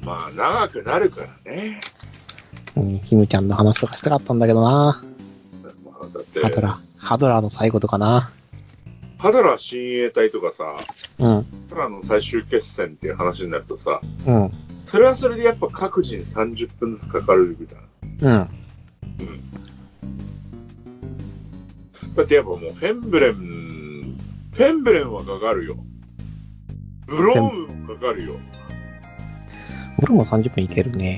まあ、長くなるからね。 うん、ヒムちゃんの話とかしたかったんだけどな。 まあ、だって、 ハドラーの最後とかな。 ハドラー親衛隊とかさ、 うん。 ハドラーの最終決戦っていう話になるとさ、 うん。 それはそれでやっぱ各人30分ずつかかるみたいな。 うん。 だってやっぱもうフェンブレンはかかるよ。ブローンもかかるよ。 俺も30分いけるね。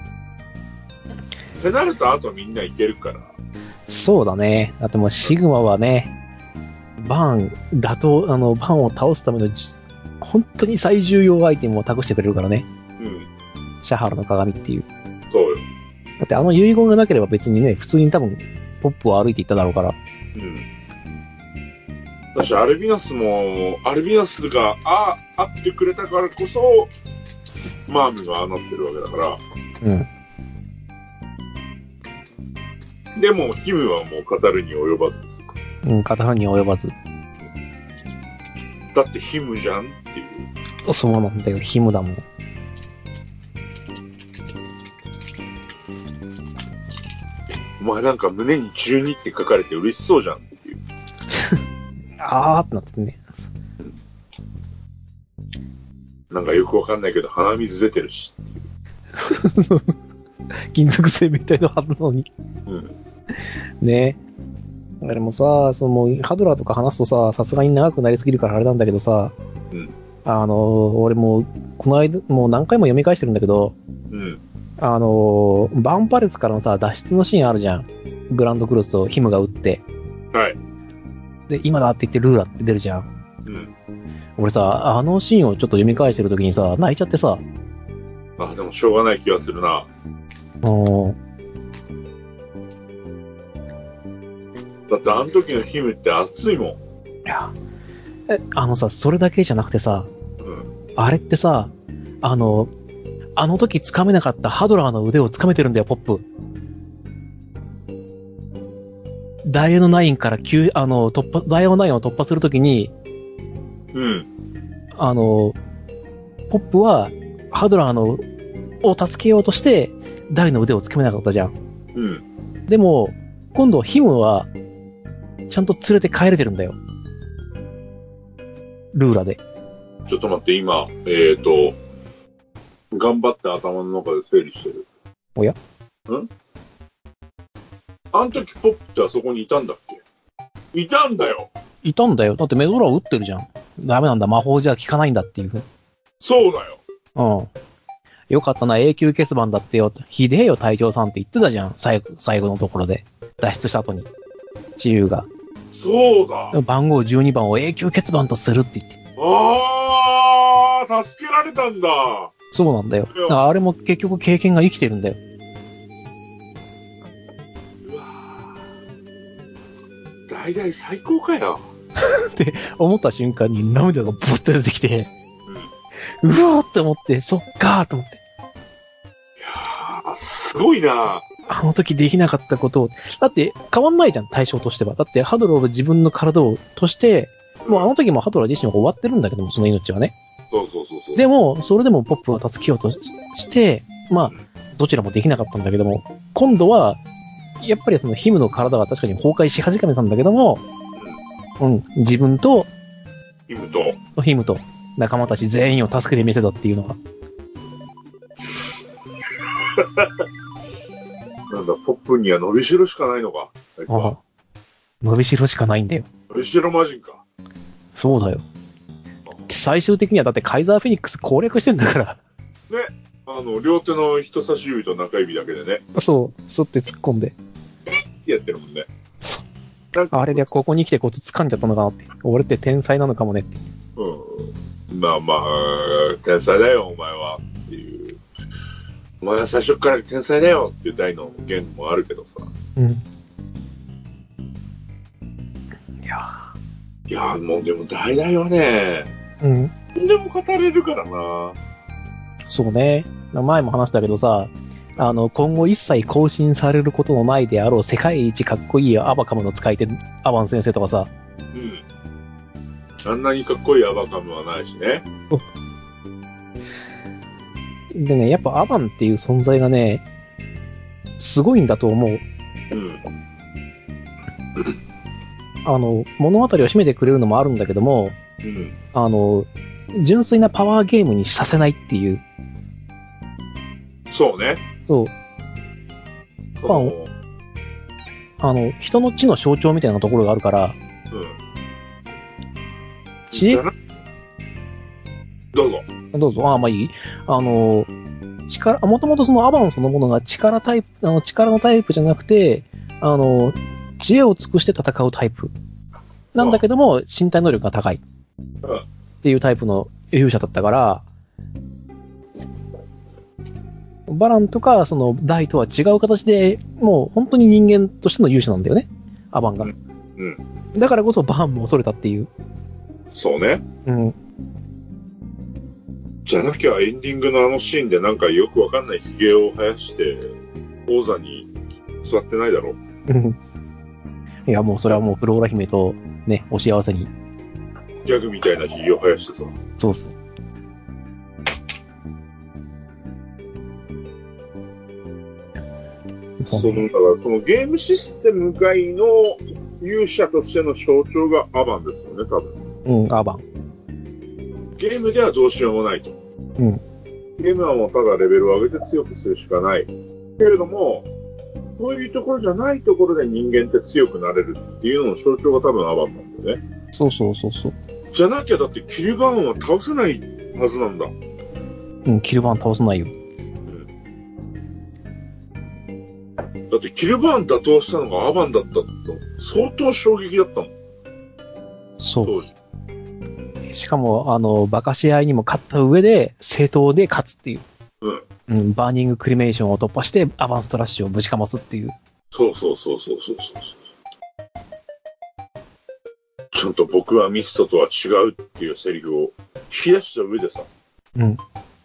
ってなるとあとみんないけるから。 そうだね。だってもうシグマはね、バーンを倒すための本当に最重要アイテムを託してくれるからね。 うん。 シャハラの鏡っていう。 そうよ。 だってあの遺言がなければ別にね、普通に多分ポップを歩いていっただろうから。 うん。だし、アルビナスが会ってくれたからこそ、マームがなってるわけだから。 うん。 でも、ヒムはもう語るに及ばず。 うん、語るに及ばず。 だってヒムじゃんっていう。 そうなんだよ、ヒムだもん。 お前なんか胸に12って書かれて嬉しそうじゃんっていう。 あーってなってね。 なんかよくわかんないけど鼻水出てるし。 金属製みたいなはずなのに。 うん。 ねえ。あれもさ、ハドラーとか話すとさ、さすがに長くなりすぎるからあれなんだけどさ、 うん。 俺も、この間、もう何回も読み返してるんだけど、 うん。 バンパレスからのさ、脱出のシーンあるじゃん。グランドクロスとヒムが撃って。 はい。 で、今だって言ってルーラって出るじゃん。 うん。 俺さ、あのシーンをちょっと読み返してるときにさ、泣いちゃってさ。 あ、でもしょうがない気がするな。だってあの時のヒムって熱いもん。いや、それだけじゃなくてさ、 うん。 あれってさ、あの時掴めなかったハドラーの腕を掴めてるんだよ、ポップ。ダイヤの9からダイヤの9を突破するときに、 うん。 ポップはハドラーを助けようとして、ダイの腕を掴めなかったじゃん。 うん。 でも、今度ヒムは、ちゃんと連れて帰れてるんだよ。ルーラで。 ちょっと待って、今、頑張って頭の中で整理してる。 おや？ あの時ポップってあそこにいたんだっけ？いたんだよ。 いたんだよ。だってメドラー撃ってるじゃん。ダメなんだ、魔法じゃ効かないんだっていう。 そうだよ。 うん。よかったな、永久欠番だってよ。ひでえよ、隊長さんって言ってたじゃん。最後のところで。脱出した後に。自由が。 そうだ。 番号12番を永久欠番とするって言って。 あー、助けられたんだ。 そうなんだよ。だからあれも結局経験が生きてるんだよ。 うわー。大々最高かよ。 って思った瞬間に涙がブッと出てきて、うわーって思って、そっかーと思って。 いやー、すごいな。 あの時できなかったことを、だって変わんないじゃん、対象としては。だってハドラーは自分の体をとして、もうあの時もハドラー自身は終わってるんだけども、その命はね。 そう。 でも、それでもポップを助けようとして、まあ、どちらもできなかったんだけども、今度は、やっぱりそのヒムの体が確かに崩壊し始めたんだけども、自分と、ヒムと仲間たち全員を助けてみせたっていうのが。 なんだ、ポップには伸びしろしかないのか。 ああ、伸びしろしかないんだよ。 伸びしろ魔人か。 そうだよ。最終的にはだってカイザーフェニックス攻略してんだから。 ね。両手の人差し指と中指だけでね。 そう、そって突っ込んで。 やってるもんね。 そう。あれでここに来てコツ掴んじゃったのかなって。俺って天才なのかもねって。 まあ、天才だよ、お前は。っていう。お前は最初から天才だよっていう題の言もあるけどさ。いやもうでも題材はね、でも語れるからな。 そうね。前も話したけどさ、今後一切更新されることのないであろう世界一かっこいいアバカムの使い手、アバン先生とかさ。 あんなにかっこいいアバカムはないしね。 でね、やっぱアバンっていう存在がね、すごいんだと思う。 うん。 物語を締めてくれるのもあるんだけども、 うん。 純粋なパワーゲームにさせないっていう。 そうね。 そう。人の知の象徴みたいなところがあるから、 うん。 知恵、 どうぞ。 どうぞ。まあいい。もともとそのアバンそのものが力のタイプじゃなくて、知恵を尽くして戦うタイプ。なんだけども、身体能力が高い。っていうタイプの勇者だったから、バランとか、その、ダイとは違う形で、もう本当に人間としての勇者なんだよね。アバンが。 うん。 だからこそバーンも恐れたっていう。 そうね。 うん。 じゃなきゃエンディングのシーンでなんかよくわかんない髭を生やして、王座に座ってないだろ。 うん。いや、もうそれはもうフローラ姫と、ね、お幸せに。 ギャグみたいな髭を生やしてさ。 そうそう。 だからそのゲームシステム外の勇者としての象徴がアバンですよね、多分。 うん、アバン。 ゲームではどうしようもないと。 うん。 ゲームはもうただレベルを上げて強くするしかない。けれども、そういうところじゃないところで人間って強くなれるっていうのの象徴が多分アバンなんだよね。 そうそうそうそう。 じゃなきゃだってキルバーンは倒せないはずなんだ。 うん、キルバーン倒せないよ。 だってキルバーン打倒したのがアバンだったと相当衝撃だったもん。 そう。 当時。 しかも、馬鹿し合いにも勝った上で、正当で勝つっていう。 うん。 バーニングクリメーションを突破して、アバンストラッシュをぶちかますっていう。 そう。ちゃんと僕はミストとは違うっていうセリフを引き出した上でさ。 うん。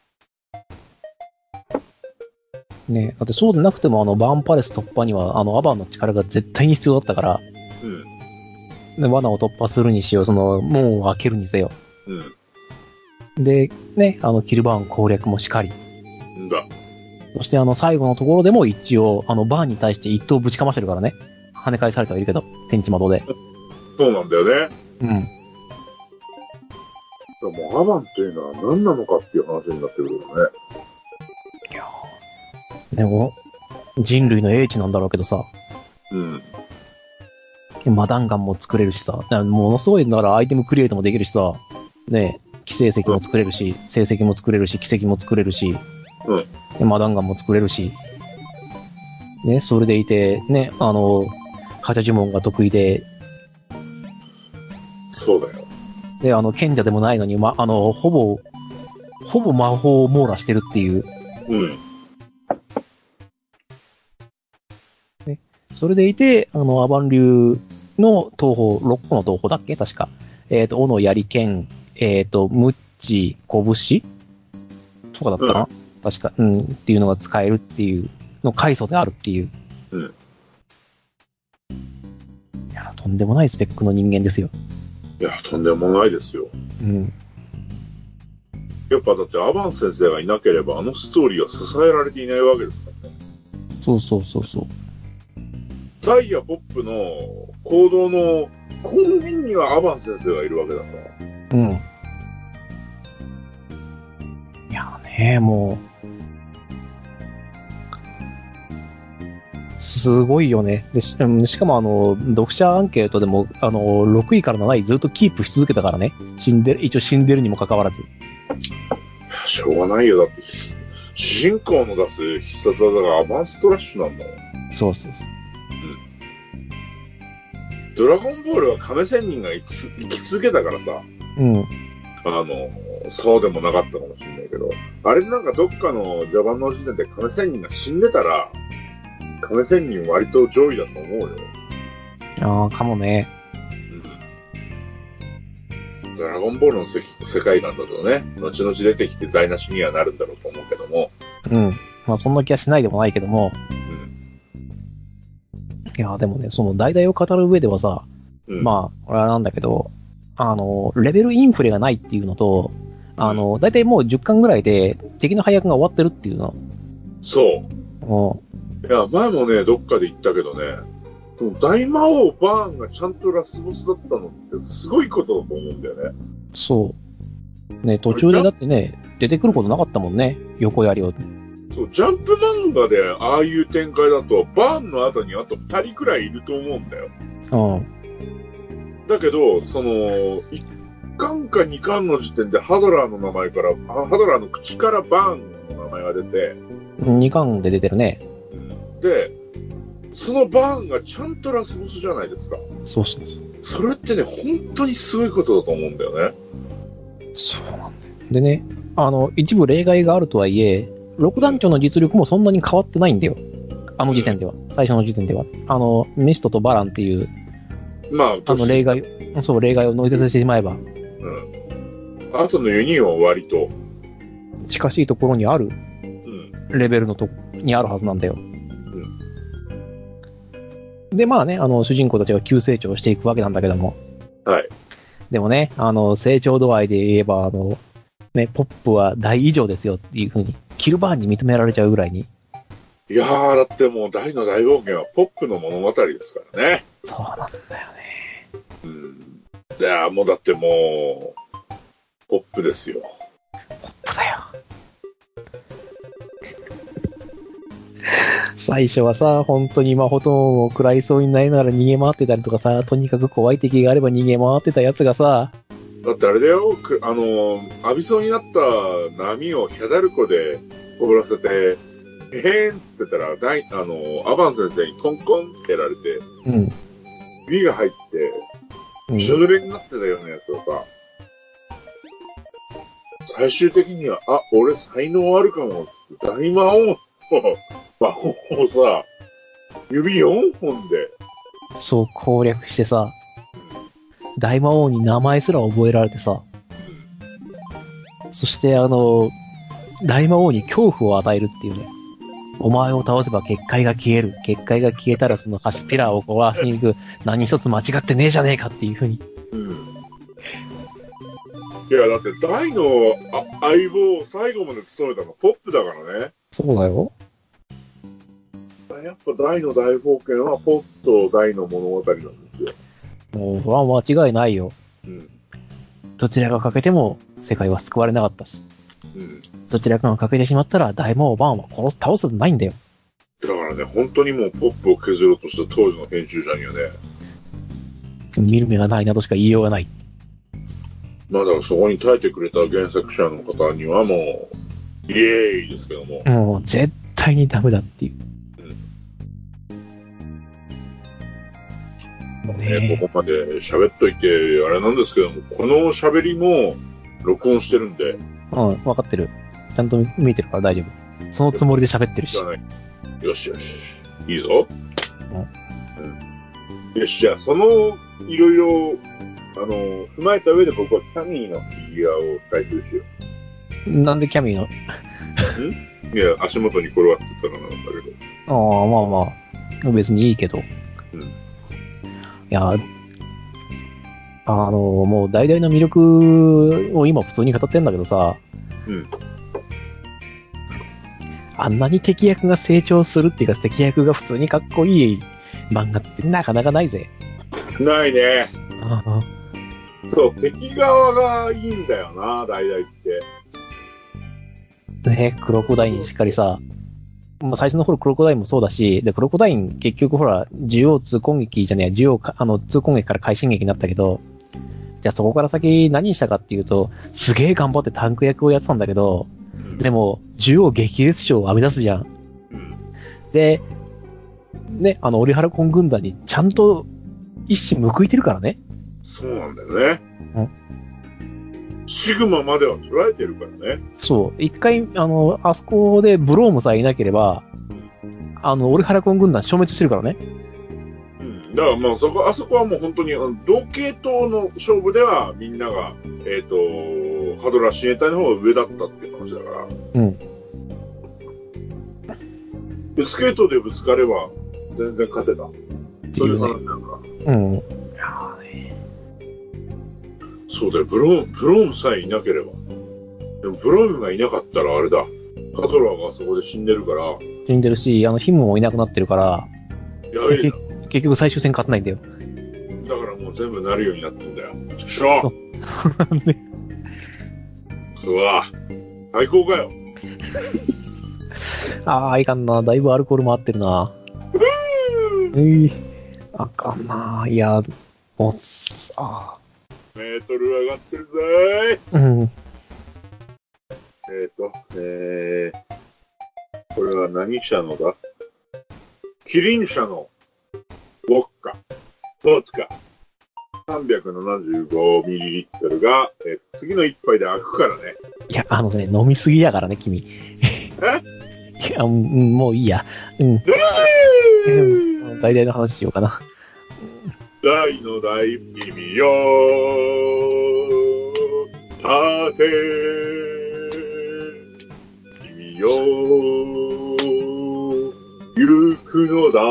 ねだってそうでなくてもバーンパレス突破には、アバンの力が絶対に必要だったから。 うん。 で、罠を突破するにしよう、門を開けるにせよ。 うん。 で、ね、キルバーン攻略もしかり。 んだ。 そして最後のところでも一応、バーンに対して一刀ぶちかましてるからね。跳ね返されてはいるけど、天地窓で。 そうなんだよね。 うん。 でもアバンっていうのは何なのかっていう話になってくるからね。 いやでも、人類の英知なんだろうけどさ。 うん。 マダンガンも作れるしさ。ものすごい、だからアイテムクリエイトもできるしさ。ね寄生石も作れるし、聖石も作れるし、奇跡も作れるし。 うん。 マダンガンも作れるし。ね、それでいて、ね、八呪文が得意で。 そうだよ。 で、賢者でもないのに、ほぼ魔法を網羅してるっていう。 うん。 ね、それでいて、アバン流の東宝、6個の東宝だっけ確か。斧、槍、剣、ムッチ、拳とかだったかな、確か。っていうのが使えるっていうの階層であるっていう。 うん。 いや、とんでもないスペックの人間ですよ。 いや、とんでもないですよ。 うん。 やっぱだってアバン先生がいなければあのストーリーは支えられていないわけですからね。 そう。 ダイヤポップの行動の根源にはアバン先生がいるわけだから。 うん。いやね、もう、すごいよね。で しかも読者アンケートでも、6位から7位ずっとキープし続けたからね。一応死んでるにもかかわらず。 しょうがないよ。だって、主人公の出す必殺技がアバンストラッシュなんだもん。 そう。 ドラゴンボールは亀仙人が生き続けたからさ。 うん。 そうでもなかったかもしれないけど、あれなんかどっかの序盤の時点で亀仙人が死んでたら、亀仙人割と上位だと思うよ。 ああ、かもね。 うん。ドラゴンボールの世界観だとね、後々出てきて台無しにはなるんだろうと思うけども。 うん。まあそんな気はしないでもないけども。 うん。 いや、でもね、その代々を語る上ではさ、まあ、これはなんだけど、レベルインフレがないっていうのと、 だいたいもう10巻ぐらいで敵の配役が終わってるっていうの。 そう。いや、前もね、どっかで言ったけどね、その大魔王バーンがちゃんとラスボスだったのってすごいことだと思うんだよね。 そう。ね、途中でだってね、出てくることなかったもんね、横やりを。 そう、ジャンプ漫画でああいう展開だと、バーンの後にあと2人くらいいると思うんだよ。だけど、1巻か2巻の時点でハドラーの名前から、ハドラーの口からバーンの名前が出て、 2巻で出てるね。 で、そのバーンがちゃんとラスボスじゃないですか。 そうそう。 それってね、本当にすごいことだと思うんだよね。 そうなんだよ。でね、一部例外があるとはいえ、六団長の実力もそんなに変わってないんだよ。あの時点では。最初の時点では。メストとバランっていう、 まあ、 例外を乗り出してしまえば。 あとの4人は割と近しいところにある、レベルのにあるはずなんだよ。で、まあね、主人公たちが急成長していくわけなんだけども。 はい。 でもね、成長度合いで言えば、ね、ポップは大以上ですよっていう風に、キルバーンに認められちゃうぐらいに。 いやー、だってもう大の大冒険はポップの物語ですからね。 そうなんだよね。 いやー、もうだってもう、ポップですよ。 ポップだよ。最初はさ、本当に魔法とを食らいそうになりながら逃げ回ってたりとかさ、とにかく怖い敵があれば逃げ回ってたやつがさ、 だってあれだよ、浴びそうになった波をヒャダルコで凍らせて、へーんっつってたら、アバン先生にトンコンってやられて、指が入って、びしょ濡れになってたようなやつをさ、最終的には、俺才能あるかもって大魔王魔法をさ、指4本で。 そう、攻略してさ、大魔王に名前すら覚えられてさ、そして大魔王に恐怖を与えるっていうね。お前を倒せば結界が消える。結界が消えたらそのピラーを壊しに行く。何一つ間違ってねえじゃねえかっていう風に。 いや、だって大の相棒を最後まで務めたのポップだからね。 そうだよ。 やっぱ大の大冒険はポップと大の物語なんですよ。 もう、それは間違いないよ。どちらが欠けても世界は救われなかったし。どちらかが欠けてしまったら大魔王バーンは倒すないんだよ。 だからね、本当にもうポップを削ろうとした当時の編集者にはね、 見る目がないなとしか言いようがない。 まあだからそこに耐えてくれた原作者の方にはもう、イエーイですけども。 もう絶対にダメだっていう。 ここまで喋っといて、あれなんですけども、この喋りも録音してるんで。 わかってる。ちゃんと見えてるから大丈夫。そのつもりで喋ってるし。 よしよし。いいぞ。よし、じゃあ、いろいろ、踏まえた上で僕はキャミーのフィギュアを回収しよう。なんでキャミーのいや、足元に転がってたらなんだけど。 まあまあ。別にいいけど。いや、もう大々の魅力を今普通に語ってんだけどさ、あんなに敵役が成長するっていうか、敵役が普通にかっこいい漫画ってなかなかないぜ。 ないね。そう、敵側がいいんだよな、大々って。 ね、クロコダインしっかりさ、最初の頃クロコダインもそうだし、で、クロコダイン結局ほら、縦横通攻撃じゃねえ、通攻撃から快進撃になったけど、じゃあそこから先何したかっていうと、すげえ頑張ってタンク役をやってたんだけど、でも、縦横激烈賞を編み出すじゃん。で、ね、オリハラコン軍団にちゃんと一矢報いてるからね。 そうなんだよね。シグマまでは捉えてるからね。 そう。一回、あそこでブロームさえいなければ、オリハラコン軍団消滅してるからね。 だからまああそこはもう本当に、同系統の勝負ではみんなが、ハドラー親衛隊の方が上だったっていう話だから。別系統でぶつかれば全然勝てた。そういう話だから。そうだよ、ブロームさえいなければ。 でもブログがいなかったらあれだ。ハドラーがそこで死んでるから。 死んでるし、ヒムもいなくなってるから、 やべえな。 結局最終戦勝てないんだよ。 だからもう全部なるようになってんだよ。ちくしょう。そうわ。最高かよ。 ああ、いかんな。だいぶアルコール回ってるな。あかんな。いや、もう、 メートル上がってるぜー。うん。 これは何社のだ？キリン社のウォッカ、ボツカ、375ml が、次の一杯で開くからね。 いや、飲みすぎやからね、君。いや、もういいや。大々の話しようかな。 大の大君よ立て君よ行くのだ。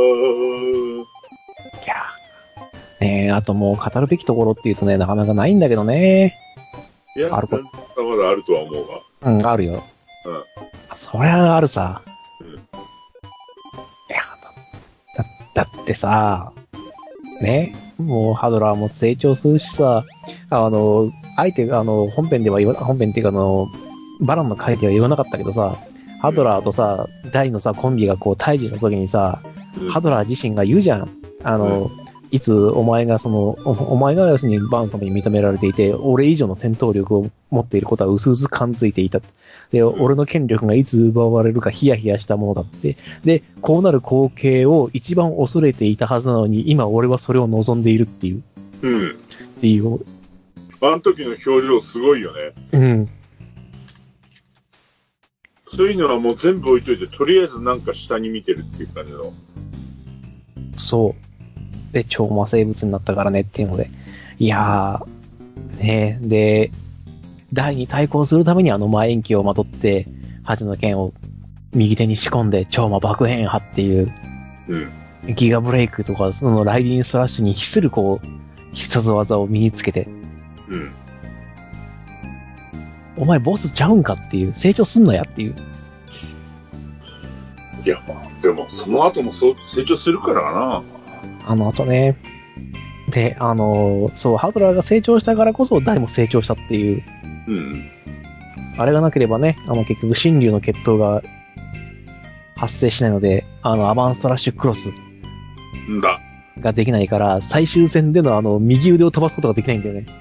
いやねえ、あともう語るべきところっていうとね、なかなかないんだけどね。 いや、まだあるとは思うが。 うん、あるよ。 うん。 そりゃあるさ。 うん。いや、だってさ、ね、もうハドラーも成長するしさ、相手が本編っていうかバランの回では言わなかったけどさ、ハドラーとさ、大のさ、コンビがこう対峙した時にさ、ハドラー自身が言うじゃん。いつお前が要するにバーンのために認められていて、俺以上の戦闘力を持っていることは薄々感づいていた。で、俺の権力がいつ奪われるかヒヤヒヤしたものだって。で、こうなる光景を一番恐れていたはずなのに、今俺はそれを望んでいるっていう。 うん。 っていう。 あの時の表情すごいよね。 うん。 そういうのはもう全部置いといて、とりあえずなんか下に見てるっていう感じの。 そう。で、超魔生物になったからねっていうので。いやー、ねで、大に対抗するために魔延期をまとって、恥の剣を右手に仕込んで超魔爆変派っていう、 うん、 ギガブレイクとか、そのライディングスラッシュに比するこう、必殺技を身につけて、 うん。 お前ボスちゃうんかっていう、成長すんなやっていう。 いや、まあ、でもその後も成長するからな。 後ね。で、そう、ハドラーが成長したからこそ、大も成長したっていう。 うん。 あれがなければね、結局、神竜の決闘が発生しないので、アバンストラッシュクロスができないから、最終戦での右腕を飛ばすことができないんだよね。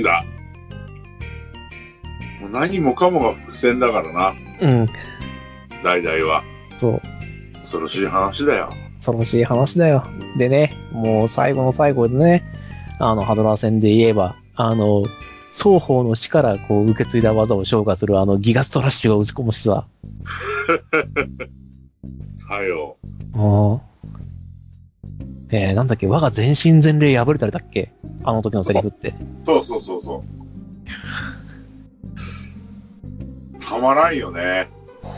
もう何もかもが伏線だからな。 うん。 大々は。 そう。 恐ろしい話だよ。 恐ろしい話だよ。でね、もう最後の最後でね、ハドラー戦で言えば、双方の死からこう受け継いだ技を昇華するギガストラッシュが打ち込むしさ。 さよ。 なんだっけ、我が全身全霊破れたりだっけ、あの時のセリフって。 そう。たまらんよね。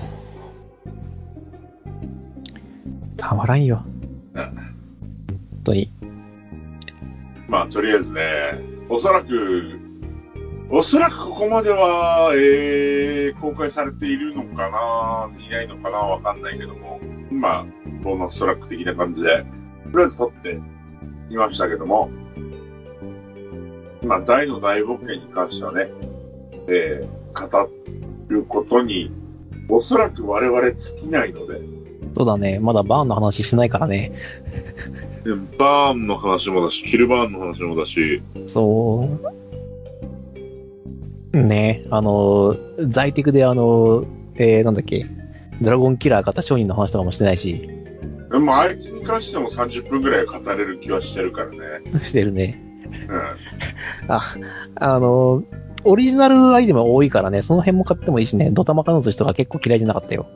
たまらんよ。本当に。 まあ、とりあえずね、おそらくここまでは、公開されているのかな、いないのかな、わかんないけども、まあ、ボーナストラック的な感じで、とりあえず撮ってみましたけども、まあ、大の大冒険に関してはね、語ることに、おそらく我々尽きないので。 そうだね、まだバーンの話してないからね。 バーンの話もだし、キルバーンの話もだし。 そう。ね、在宅でなんだっけ、ドラゴンキラー型商人の話とかもしてないし。 でもあいつに関しても30分くらい語れる気はしてるからね。 してるね。 うん。 オリジナルアイテム多いからね、その辺も買ってもいいしね、ドタマカの寿司とか結構嫌いじゃなかったよ。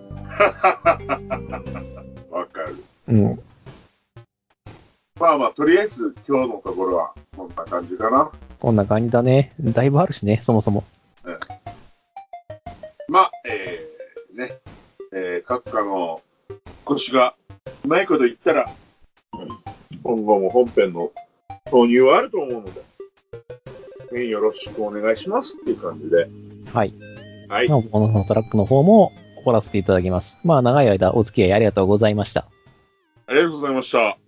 わかる。 うん。 まあ、とりあえず今日のところはこんな感じかな。 こんな感じだね。だいぶあるしね、そもそも。 うん。まあ、ね、閣下の腰がうまいこと言ったら、今後も本編の投入はあると思うので、よろしくお願いしますっていう感じで。 はい。 はい。 このトラックの方も終わらせていただきます。まあ、長い間お付き合いありがとうございました。 ありがとうございました。